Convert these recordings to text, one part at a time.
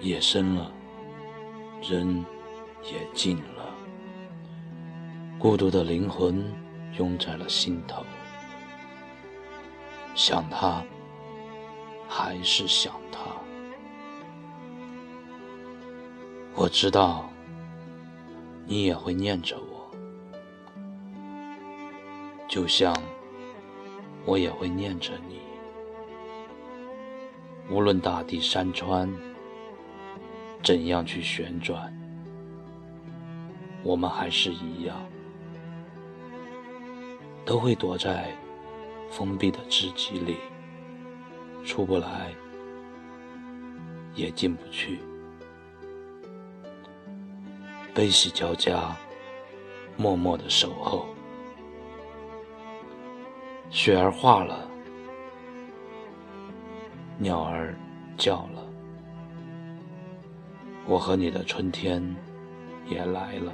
夜深了，人也静了，孤独的灵魂拥在了心头，想他，还是想他。我知道你也会念着我，就像我也会念着你。无论大地山川怎样去旋转，我们还是一样，都会躲在封闭的知己里，出不来，也进不去。悲喜交加，默默的守候。雪儿化了，鸟儿叫了，我和你的春天也来了。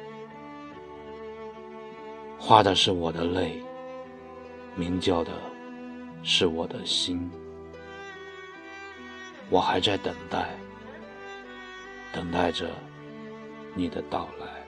花的是我的泪，鸣叫的是我的心。我还在等待，等待着你的到来。